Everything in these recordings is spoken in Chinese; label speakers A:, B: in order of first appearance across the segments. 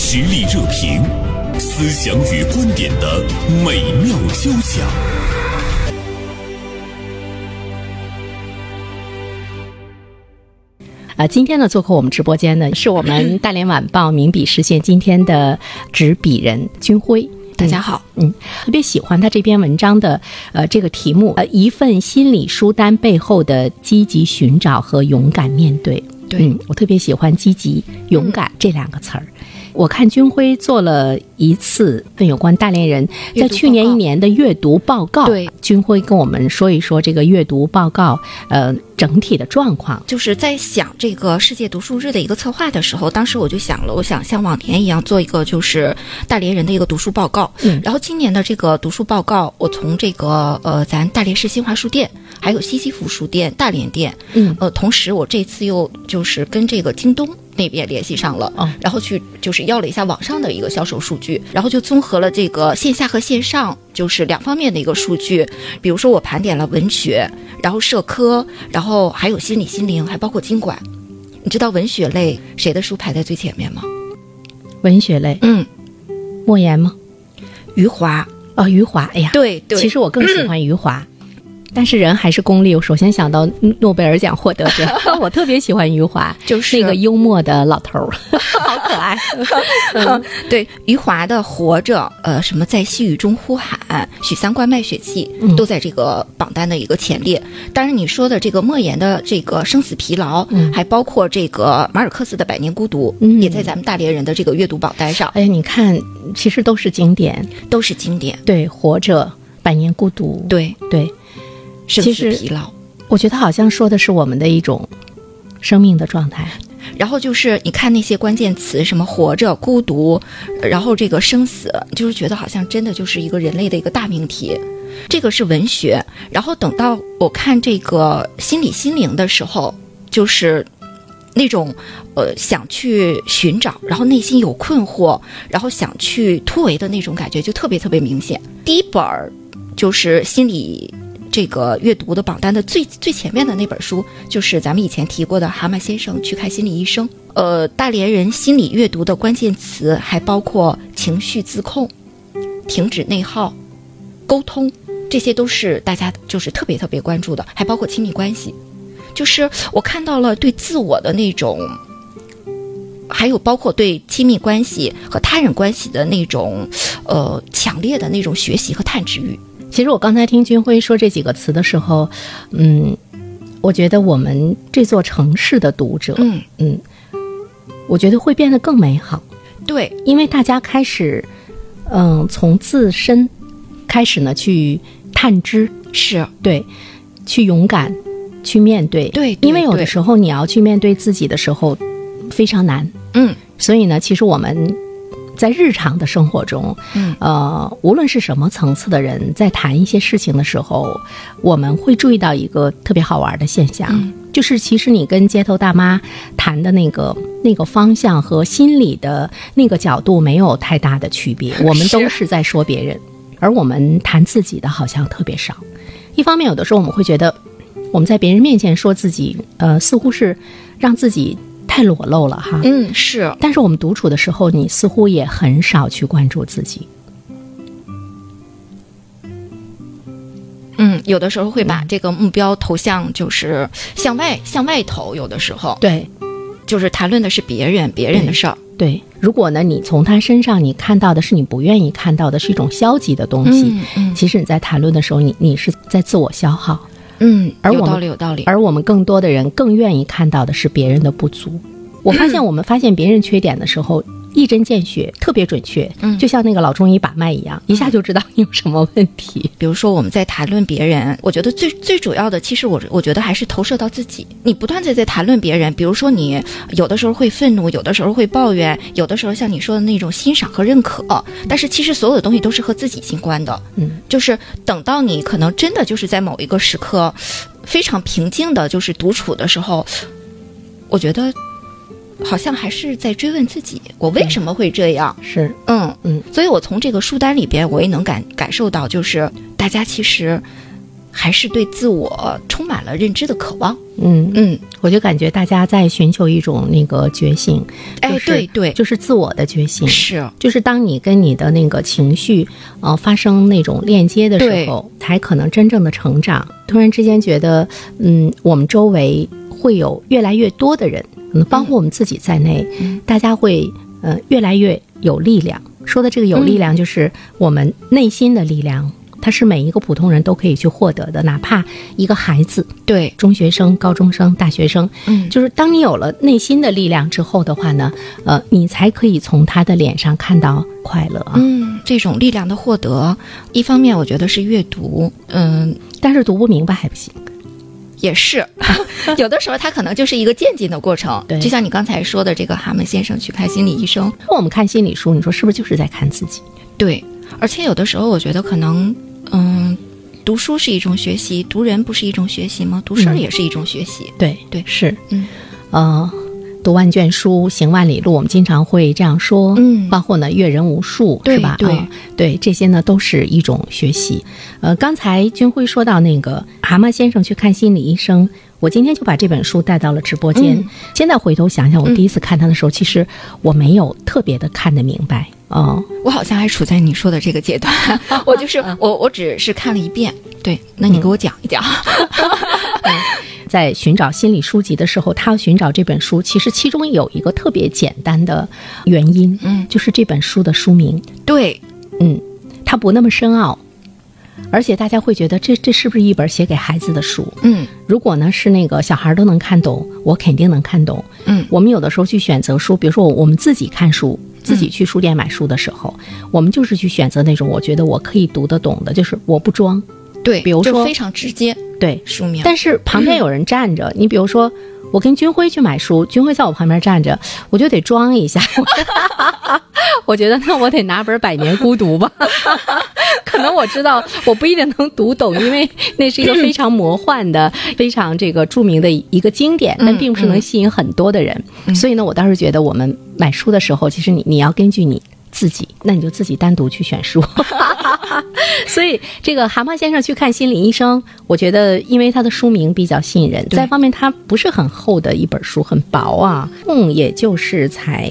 A: 实力热评，思想与观点的美妙交响。
B: 今天呢，做客我们直播间呢，是我们大连晚报名笔视线今天的执笔人军辉。
C: 大家好，
B: 特别喜欢他这篇文章的这个题目，一份心理书单背后的积极寻找和勇敢面对。
C: 对，
B: 我特别喜欢积极、勇敢这两个词儿。我看军辉做了一次有关大连人在去年一年的阅读报告，
C: 对，
B: 军辉跟我们说一说这个阅读报告整体的状况。
C: 就是在想这个世界读书日的一个策划的时候，当时我就想了，我想像往年一样做一个就是大连人的一个读书报告。然后今年的这个读书报告，我从这个咱大连市新华书店，还有西西弗书店、大连店，同时我这次又就是跟这个京东那边联系上了，然后去就是要了一下网上的一个销售数据，然后就综合了这个线下和线上就是两方面的一个数据。比如说我盘点了文学，然后社科，然后还有心理心灵，还包括经管。你知道文学类谁的书排在最前面吗？
B: 文学类，莫言吗？
C: 余华。
B: 余华，哎呀，
C: 对，
B: 其实我更喜欢余华。但是人还是功利，我首先想到诺贝尔奖获得者，我特别喜欢余华，就是那个幽默的老头儿，好可爱。
C: 对，余华的《活着》，什么在细雨中呼喊，许三观卖血记，都在这个榜单的一个前列。当然，你说的这个莫言的这个《生死疲劳》，还包括这个马尔克斯的《百年孤独》，也在咱们大连人的这个阅读榜单上。
B: 哎，你看，其实都是经典，
C: 都是经典。
B: 对，《活着》《百年孤独》，
C: 对。
B: 生
C: 死疲劳，
B: 我觉得好像说的是我们的一种生命的状态。
C: 然后就是你看那些关键词，什么活着、孤独，然后这个生死，就是觉得好像真的就是一个人类的一个大命题。这个是文学。然后等到我看这个心理心灵的时候，就是那种想去寻找，然后内心有困惑，然后想去突围的那种感觉就特别特别明显。第一本就是心理这个阅读的榜单的最前面的那本书，就是咱们以前提过的蛤蟆先生去看心理医生。大连人心理阅读的关键词还包括情绪自控、停止内耗、沟通，这些都是大家就是特别特别关注的，还包括亲密关系。就是我看到了对自我的那种，还有包括对亲密关系和他人关系的那种强烈的那种学习和探知欲。
B: 其实我刚才听军辉说这几个词的时候，我觉得我们这座城市的读者，我觉得会变得更美好。
C: 对，
B: 因为大家开始，从自身开始呢去探知，
C: 是
B: 对，去勇敢，去面对。
C: 对，
B: 因为有的时候你要去面对自己的时候非常难。所以呢，其实我们在日常的生活中，无论是什么层次的人，在谈一些事情的时候，我们会注意到一个特别好玩的现象，就是其实你跟街头大妈谈的那个方向和心理的那个角度没有太大的区别，我们都是在说别人，而我们谈自己的好像特别少。一方面，有的时候我们会觉得我们在别人面前说自己，似乎是让自己太裸露了哈，
C: 是。
B: 但是我们独处的时候，你似乎也很少去关注自己。
C: 有的时候会把这个目标投向就是向外投，有的时候
B: 对，
C: 就是谈论的是别人的事儿。
B: 对，如果呢你从他身上你看到的是你不愿意看到的，是一种消极的东西，其实你在谈论的时候，你是在自我消耗。而我们
C: 有道理。
B: 而我们更多的人更愿意看到的是别人的不足。我发现我们发现别人缺点的时候，一针见血，特别准确，就像那个老中医把脉一样，一下就知道你有什么问题。
C: 比如说我们在谈论别人，我觉得最主要的，其实我觉得还是投射到自己。你不断的在谈论别人，比如说你有的时候会愤怒，有的时候会抱怨，有的时候像你说的那种欣赏和认可，但是其实所有的东西都是和自己相关的。就是等到你可能真的就是在某一个时刻非常平静的就是独处的时候，我觉得好像还是在追问自己，我为什么会这样？
B: 是，
C: 所以我从这个书单里边，我也能感受到，就是大家其实还是对自我充满了认知的渴望。
B: 我就感觉大家在寻求一种那个觉醒，
C: 对，
B: 就是自我的觉醒，
C: 是，
B: 就是当你跟你的那个情绪发生那种链接的时候，才可能真正的成长。突然之间觉得，我们周围会有越来越多的人，包括我们自己在内，大家会越来越有力量。说的这个有力量，就是我们内心的力量。它是每一个普通人都可以去获得的，哪怕一个孩子，
C: 对，
B: 中学生、高中生、大学生，就是当你有了内心的力量之后的话呢，你才可以从他的脸上看到快乐啊。
C: 这种力量的获得，一方面我觉得是阅读，
B: 但是读不明白还不行。
C: 也是，有的时候它可能就是一个渐进的过程。
B: 对，
C: 就像你刚才说的，这个蛤蟆先生去看心理医生，
B: 我们看心理书，你说是不是就是在看自己？
C: 对，而且有的时候我觉得可能，读书是一种学习，读人不是一种学习吗？读事儿也是一种学习。
B: 对，是，读万卷书，行万里路，我们经常会这样说。包括呢，阅人无数，是吧？对，这些呢都是一种学习。刚才君辉说到那个蛤蟆先生去看心理医生，我今天就把这本书带到了直播间。现在回头想想，我第一次看他的时候，其实我没有特别的看得明白。
C: 我好像还处在你说的这个阶段，我就是我只是看了一遍。对，那你给我讲一讲。
B: 在寻找心理书籍的时候，他要寻找这本书，其实其中有一个特别简单的原因，就是这本书的书名。
C: 对，
B: 它不那么深奥，而且大家会觉得这是不是一本写给孩子的书？如果呢是那个小孩都能看懂，我肯定能看懂。我们有的时候去选择书，比如说我们自己看书，自己去书店买书的时候，我们就是去选择那种我觉得我可以读得懂的，就是我不装。
C: 对，
B: 比如说
C: 就非常直接。
B: 对，
C: 书名。
B: 但是旁边有人站着，你比如说我跟君辉去买书，君辉在我旁边站着，我就得装一下。我觉得那我得拿本《百年孤独》吧。可能我知道我不一定能读懂，因为那是一个非常魔幻的、非常这个著名的一个经典，但并不是能吸引很多的人。所以呢，我倒是觉得我们买书的时候，其实你要根据你自己，那你就自己单独去选书。所以这个蛤蟆先生去看心理医生，我觉得因为他的书名比较吸引人，再方面它不是很厚的一本书，很薄啊，也就是才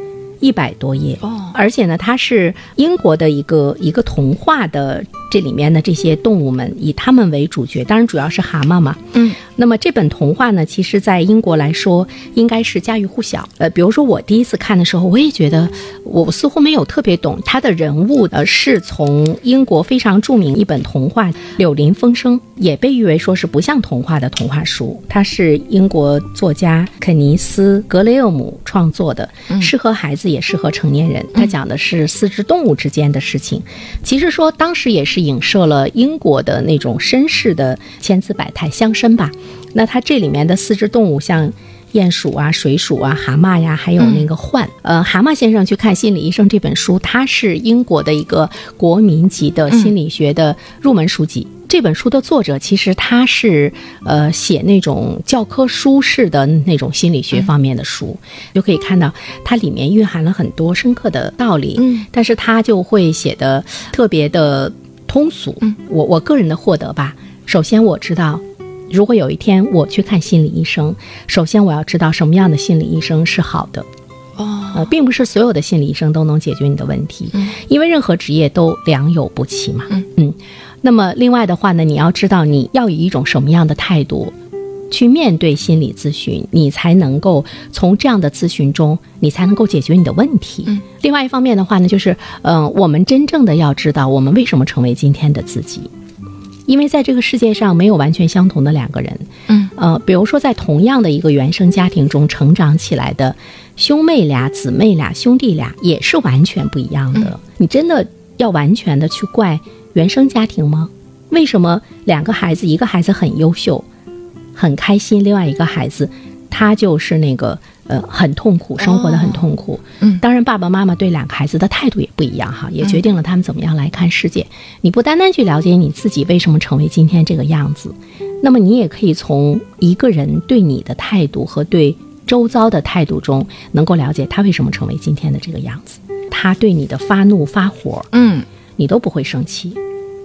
B: 100多页。而且呢，它是英国的一个童话的，这里面的这些动物们以他们为主角，当然主要是蛤蟆嘛。那么这本童话呢，其实在英国来说应该是家喻户晓。比如说我第一次看的时候，我也觉得我似乎没有特别懂他的人物，是从英国非常著名一本童话《柳林风声》，也被誉为说是不像童话的童话书。它是英国作家肯尼斯·格雷厄姆创作的，适合孩子也适合成年人。它讲的是4只动物之间的事情。其实说当时也是影射了英国的那种绅士的千姿百态乡绅吧。那它这里面的4只动物，像鼹鼠啊、水鼠啊、蛤蟆呀，还有那个獾。蛤蟆先生去看心理医生这本书，它是英国的一个国民级的心理学的入门书籍。这本书的作者其实他是写那种教科书式的那种心理学方面的书，就可以看到它里面蕴含了很多深刻的道理。但是他就会写的特别的通俗。我个人的获得吧，首先我知道，如果有一天我去看心理医生，首先我要知道什么样的心理医生是好的。并不是所有的心理医生都能解决你的问题，因为任何职业都良莠不齐嘛。那么另外的话呢，你要知道你要以一种什么样的态度去面对心理咨询，你才能够从这样的咨询中，你才能够解决你的问题。另外一方面的话呢，就是我们真正的要知道我们为什么成为今天的自己。因为在这个世界上没有完全相同的2个人。比如说在同样的一个原生家庭中成长起来的兄妹俩、姊妹俩、兄弟俩也是完全不一样的。你真的要完全的去怪原生家庭吗？为什么2个孩子，一个孩子很优秀很开心，另外一个孩子他就是那个很痛苦，生活的很痛苦。当然爸爸妈妈对2个孩子的态度也不一样哈，也决定了他们怎么样来看世界。你不单单去了解你自己为什么成为今天这个样子，那么你也可以从一个人对你的态度和对周遭的态度中，能够了解他为什么成为今天的这个样子。他对你的发怒发火，你都不会生气，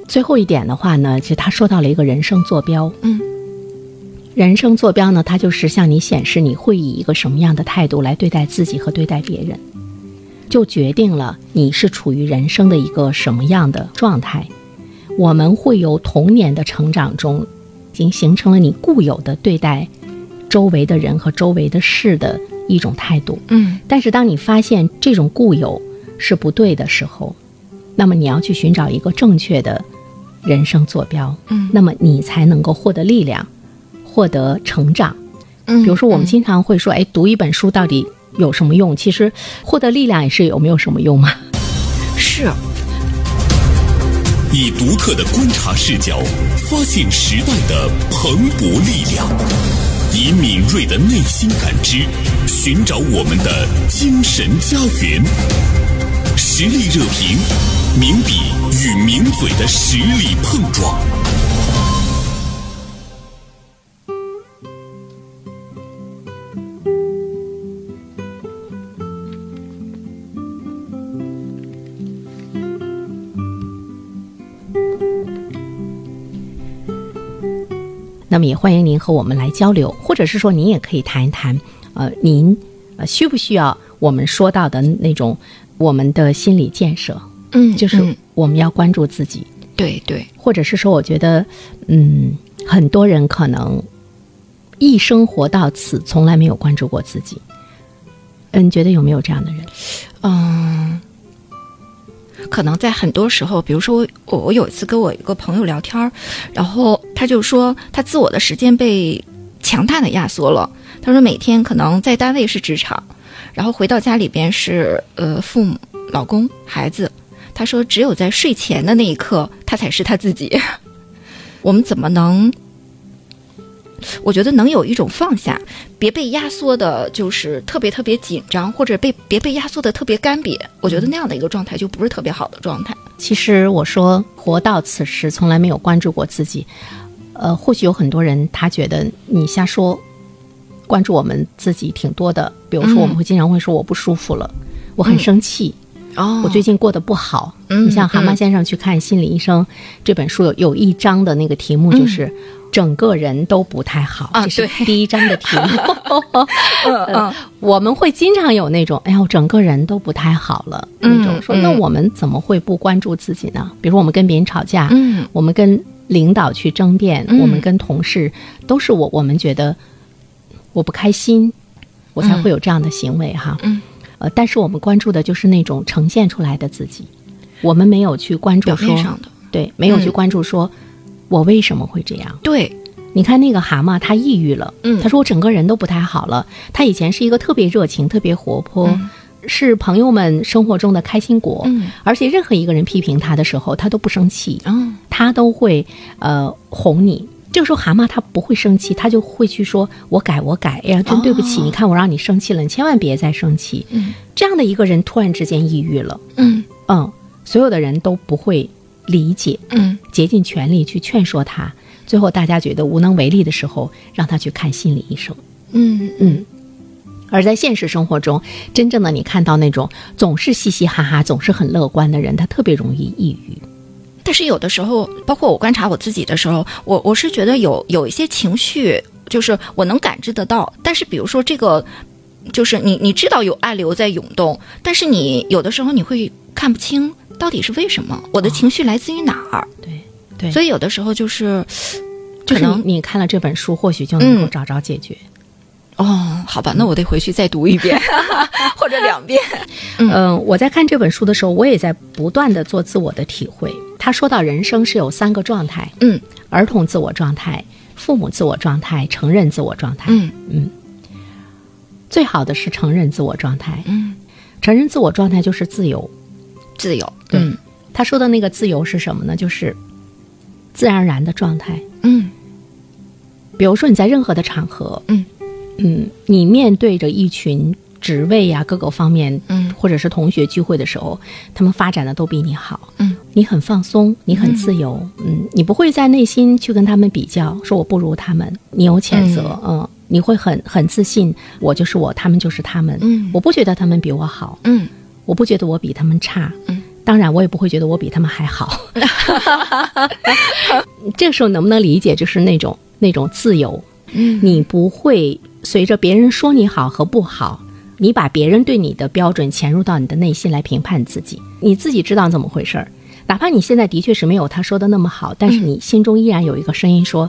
B: 最后一点的话呢，其实他说到了一个人生坐标。人生坐标呢，它就是向你显示你会以一个什么样的态度来对待自己和对待别人，就决定了你是处于人生的一个什么样的状态。我们会由童年的成长中已经形成了你固有的对待周围的人和周围的事的一种态度。但是当你发现这种固有是不对的时候，那么你要去寻找一个正确的人生坐标，那么你才能够获得力量，获得成长。比如说我们经常会说，读一本书到底有什么用？其实获得力量也是有没有什么用吗？
C: 是。
A: 以独特的观察视角，发现时代的蓬勃力量，以敏锐的内心感知，寻找我们的精神家园。实力热评，名笔与名嘴的实力碰撞。
B: 那么也欢迎您和我们来交流，或者是说您也可以谈一谈，您需不需要我们说到的那种我们的心理建设？就是我们要关注自己。
C: 对对，
B: 或者是说，我觉得，很多人可能一生活到此，从来没有关注过自己。你觉得有没有这样的人？
C: 可能在很多时候，比如说我有一次跟我一个朋友聊天，然后他就说他自我的时间被强大的压缩了。他说每天可能在单位是职场，然后回到家里边是父母、老公、孩子。他说只有在睡前的那一刻，他才是他自己。我们怎么能？我觉得能有一种放下，别被压缩的就是特别特别紧张，或者别被压缩的特别干瘪。我觉得那样的一个状态就不是特别好的状态。
B: 其实我说活到此时从来没有关注过自己，或许有很多人他觉得你瞎说，关注我们自己挺多的。比如说我们会经常会说我不舒服了，我很生气，我最近过得不好。你像蛤蟆先生去看心理医生这本书有一章的那个题目就是整个人都不太好，这是第一章的题目。我们会经常有那种我整个人都不太好了那种说，那我们怎么会不关注自己呢？比如说我们跟别人吵架，我们跟领导去争辩，我们跟同事都是我们觉得我不开心，我才会有这样的行为哈。但是我们关注的就是那种呈现出来的自己，我们没有去关注说
C: 表面上的，
B: 对，没有去关注说我为什么会这样。
C: 对，
B: 你看那个蛤蟆他抑郁了，他说我整个人都不太好了。他以前是一个特别热情特别活泼，是朋友们生活中的开心果，而且任何一个人批评他的时候他都不生气，他都会哄你。这个时候蛤蟆他不会生气，他就会去说我改，哎呀真对不起，你看我让你生气了，你千万别再生气。这样的一个人突然之间抑郁了，所有的人都不会理解，竭尽全力去劝说他，最后大家觉得无能为力的时候，让他去看心理医生。而在现实生活中，真正的你看到那种总是嘻嘻哈哈总是很乐观的人，他特别容易抑郁。
C: 但是有的时候，包括我观察我自己的时候，我是觉得有一些情绪，就是我能感知得到。但是比如说这个，就是你知道有暗流在涌动，但是你有的时候你会看不清到底是为什么，我的情绪来自于哪儿。
B: 对，
C: 所以有的时候就是
B: 你看了这本书，或许就能够找着解决。
C: 好吧，那我得回去再读一遍或者2遍。
B: 我在看这本书的时候，我也在不断的做自我的体会。他说到人生是有3个状态，儿童自我状态、父母自我状态、成人自我状态。最好的是成人自我状态。成人自我状态就是自由。
C: 对，
B: 他说的那个自由是什么呢？就是自然而然的状态。比如说你在任何的场合，你面对着一群职位呀各个方面，或者是同学聚会的时候，他们发展的都比你好，你很放松，你很自由，你不会在内心去跟他们比较，说我不如他们，你有谴责，你会很自信，我就是我，他们就是他们，我不觉得他们比我好，我不觉得我比他们差， 当然我也不会觉得我比他们还好。这个时候能不能理解，就是那种自由，你不会随着别人说你好和不好，你把别人对你的标准潜入到你的内心来评判自己，你自己知道怎么回事儿。哪怕你现在的确是没有他说的那么好，但是你心中依然有一个声音说，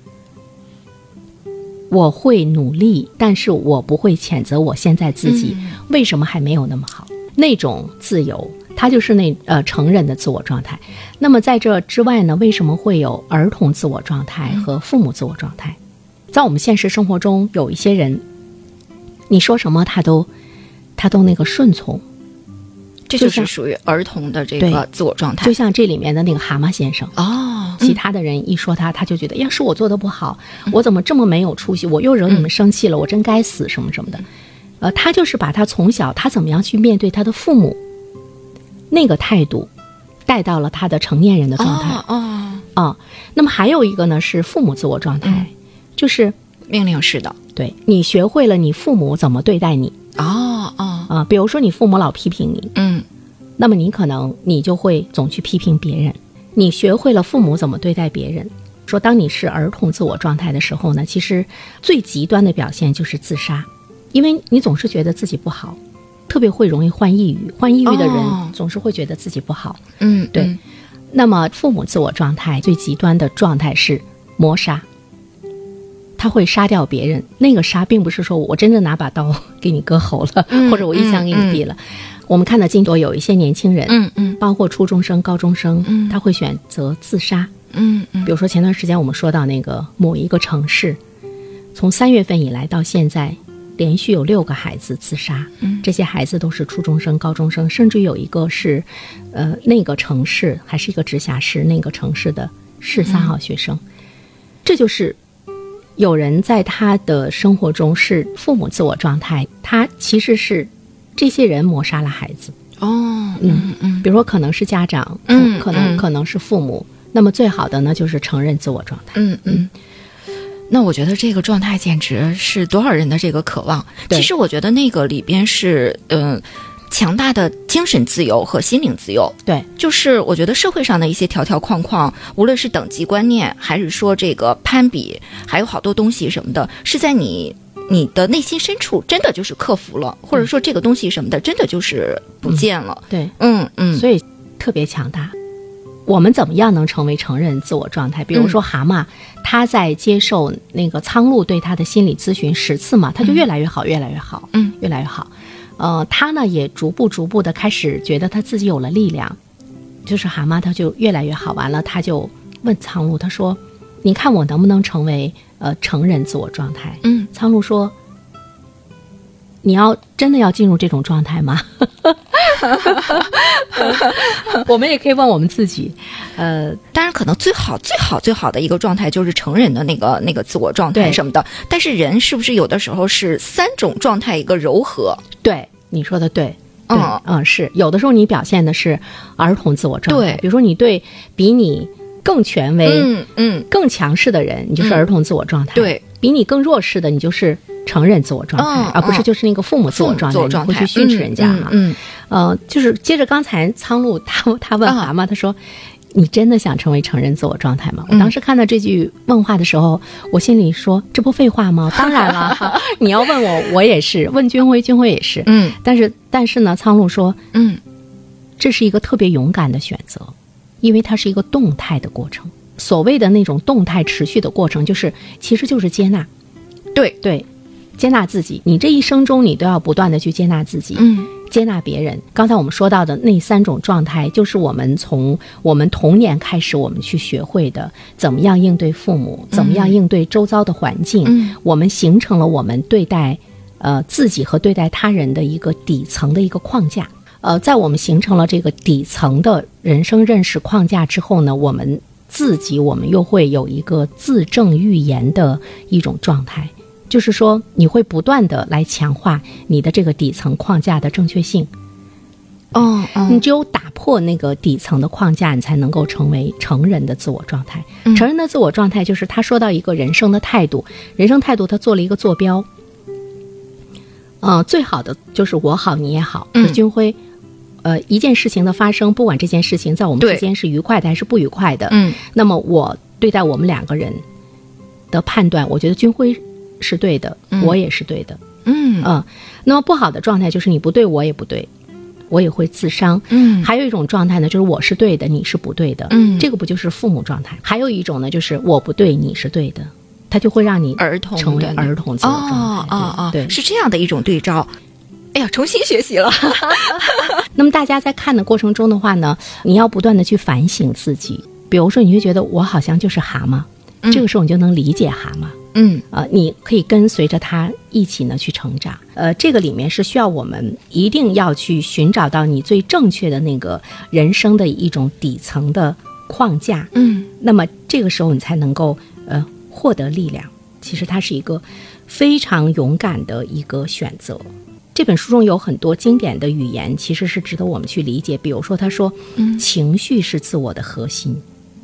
B: 我会努力，但是我不会谴责我现在自己为什么还没有那么好。那种自由，它就是成人的自我状态。那么在这之外呢，为什么会有儿童自我状态和父母自我状态？在我们现实生活中，有一些人你说什么他都那个顺从，
C: 这就是属于儿童的这个自我状态。
B: 就像这里面的那个蛤蟆先生其他的人一说他就觉得呀，是我做的不好，我怎么这么没有出息，我又惹你们生气了，我真该死什么什么的。他就是把他从小他怎么样去面对他的父母那个态度带到了他的成年人的状态。那么还有一个呢是父母自我状态，就是
C: 命令式的，
B: 对，你学会了你父母怎么对待你。比如说你父母老批评你，那么你可能你就会总去批评别人。你学会了父母怎么对待别人。说当你是儿童自我状态的时候呢，其实最极端的表现就是自杀，因为你总是觉得自己不好，特别会容易患抑郁。患抑郁的人总是会觉得自己不好。对。那么父母自我状态最极端的状态是谋杀，他会杀掉别人。那个杀并不是说我真的拿把刀给你割喉了，或者我一枪给你毙了。我们看到镜头有一些年轻人，包括初中生、高中生，他会选择自杀。比如说前段时间我们说到那个某一个城市，从3月份以来到现在，连续有6个孩子自杀。这些孩子都是初中生、高中生，甚至有一个是那个城市还是一个直辖市那个城市的市3号学生。这就是有人在他的生活中是父母自我状态，他其实是这些人谋杀了孩子。比如说可能是家长，可能是父母。那么最好的呢就是成人自我状态。
C: 那我觉得这个状态简直是多少人的这个渴望。其实我觉得那个里边是强大的精神自由和心灵自由。
B: 对，
C: 就是我觉得社会上的一些条条框框，无论是等级观念还是说这个攀比，还有好多东西什么的，是在你的内心深处真的就是克服了，或者说这个东西什么的真的就是不见了。
B: 对，所以特别强大。我们怎么样能成为成人自我状态？比如说蛤蟆，他在接受那个苍鹭对他的心理咨询10次嘛，他就越来越好，越来越好，越来越好。他呢也逐步的开始觉得他自己有了力量，就是蛤蟆他就越来越好。完了他就问苍鹭，他说你看我能不能成为成人自我状态？苍鹭说你真的要进入这种状态吗？我们也可以问我们自己。
C: 当然可能最好的一个状态就是成人的那个自我状态什么的，但是人是不是有的时候是3种状态一个柔和？
B: 对，你说的对。是有的时候你表现的是儿童自我状态。比如说你对比你更权威更强势的人，你就是儿童自我状态。对，比你更弱势的你就是成人自我状态，而不是就是那个父母自我状态，你会去训斥人家哈。就是接着刚才苍鹭他问蛤蟆，他说你真的想成为成人自我状态吗？我当时看到这句问话的时候，我心里说这不废话吗？当然了，你要问我也是，问军辉也是。但是呢，苍鹭说这是一个特别勇敢的选择，因为它是一个动态的过程。所谓的那种动态持续的过程，其实就是接纳。对，接纳自己。你这一生中你都要不断的去接纳自己，接纳别人。刚才我们说到的那3种状态，就是我们从我们童年开始我们去学会的，怎么样应对父母，怎么样应对周遭的环境，我们形成了我们对待自己和对待他人的一个底层的一个框架。在我们形成了这个底层的人生认识框架之后呢，我们又会有一个自证预言的一种状态，就是说你会不断的来强化你的这个底层框架的正确性。你只有打破那个底层的框架，你才能够成为成人的自我状态。成人的自我状态就是他说到一个人生的态度，他做了一个坐标。最好的就是我好你也好，是军辉一件事情的发生，不管这件事情在我们之间是愉快的还是不愉快的，那么我对待我们两个人的判断，我觉得军辉是对的，我也是对的。那么不好的状态就是你不对，我也不对，我也会自伤。还有一种状态呢，就是我是对的，你是不对的。这个不就是父母状态？还有一种呢，就是我不对，你是对的，它就会让你成为儿童自我状态。对，
C: 是这样的一种对照。哎呀，重新学习了。
B: 那么大家在看的过程中的话呢，你要不断的去反省自己。比如说，你会觉得我好像就是蛤蟆，这个时候你就能理解蛤蟆。你可以跟随着他一起呢去成长。这个里面是需要我们一定要去寻找到你最正确的那个人生的一种底层的框架。那么这个时候你才能够获得力量。其实它是一个非常勇敢的一个选择。这本书中有很多经典的语言，其实是值得我们去理解。比如说他说，情绪是自我的核心。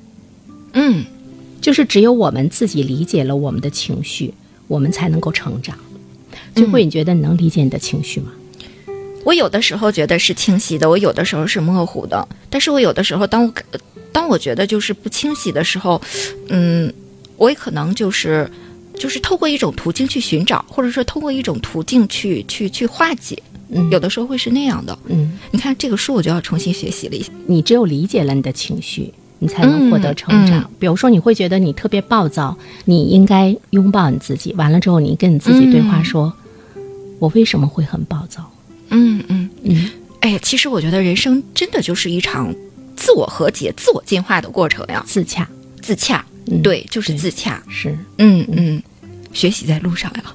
B: 就是只有我们自己理解了我们的情绪，我们才能够成长。就会，你觉得你能理解你的情绪吗？
C: 我有的时候觉得是清晰的，我有的时候是模糊的。但是我有的时候，当我觉得就是不清晰的时候，我也可能就是透过一种途径去寻找，或者说透过一种途径去化解。有的时候会是那样的。你看这个书，我就要重新学习了一下。
B: 你只有理解了你的情绪，你才能获得成长。比如说你会觉得你特别暴躁，你应该拥抱你自己，完了之后你跟你自己对话说，我为什么会很暴躁？
C: 哎，其实我觉得人生真的就是一场自我和解、自我进化的过程呀。
B: 自洽，
C: 对，就是自洽。
B: 是，
C: 学习在路上呀。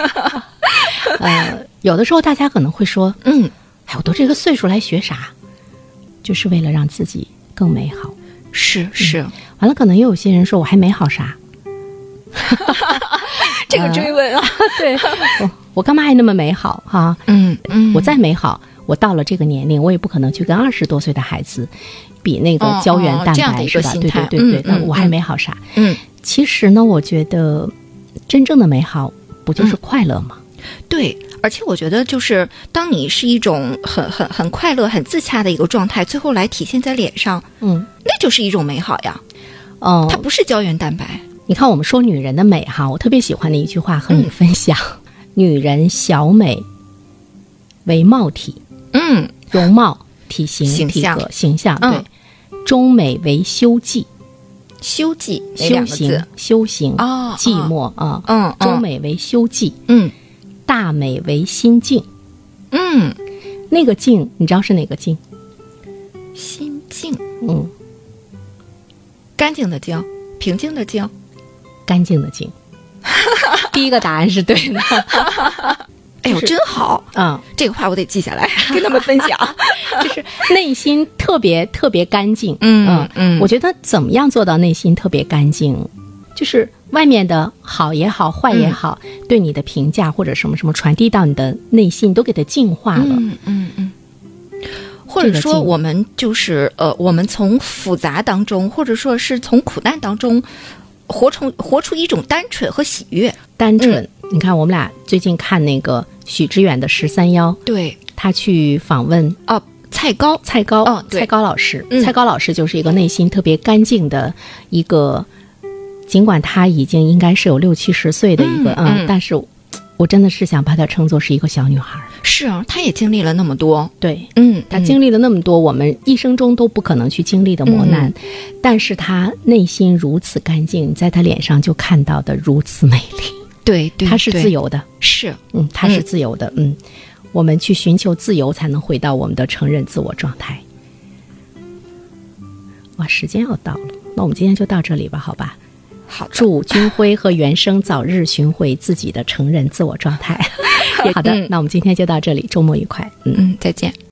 B: 有的时候大家可能会说，我都这个岁数来学啥？就是为了让自己更美好。
C: 是，
B: 完了，可能又有些人说我还美好啥？
C: 这个追问啊，
B: 对，我干嘛还那么美好哈？我再美好，我到了这个年龄，我也不可能去跟20多岁的孩子比那个胶原蛋白，是吧？对，那我还美好啥？其实呢，我觉得真正的美好不就是快乐吗？
C: 对，而且我觉得就是当你是一种很快乐、很自洽的一个状态，最后来体现在脸上，那就是一种美好呀。它不是胶原蛋白。
B: 你看，我们说女人的美哈，我特别喜欢的一句话和你分享：女人小美为貌体，容貌、体型、体格、形象，对；中美为修迹，
C: 修行，
B: 寂寞啊，中美为修迹，大美为心境，那个境你知道是哪个境？
C: 心境，干净的净，平静的静，
B: 干净的净。第一个答案是对的。
C: 哎呦，真好啊！这个话我得记下来，跟他们分享。
B: 就是内心特别特别干净。我觉得怎么样做到内心特别干净？就是外面的好也好，坏也好，对你的评价或者什么什么传递到你的内心，都给它净化了。
C: 或者说，我们就是我们从复杂当中，或者说是从苦难当中，活出一种单纯和喜悦。单纯，
B: 你看，我们俩最近看那个许知远的13邀，
C: 对，
B: 他去访问
C: 蔡高
B: 老师，蔡高老师就是一个内心特别干净的一个，尽管他已经应该是有60、70岁的一个，但是我真的是想把她称作是一个小女孩。
C: 是啊，她也经历了那么多。
B: 对，她经历了那么多我们一生中都不可能去经历的磨难，但是她内心如此干净，在她脸上就看到的如此美丽。
C: 对，
B: 她是自由的。
C: 是，
B: 她是自由的。我们去寻求自由，才能回到我们的承认自我状态。哇，时间要到了，那我们今天就到这里吧，好吧？
C: 好，
B: 祝军辉和原生早日寻回自己的承认自我状态。好的，那我们今天就到这里，周末愉快。
C: 再见。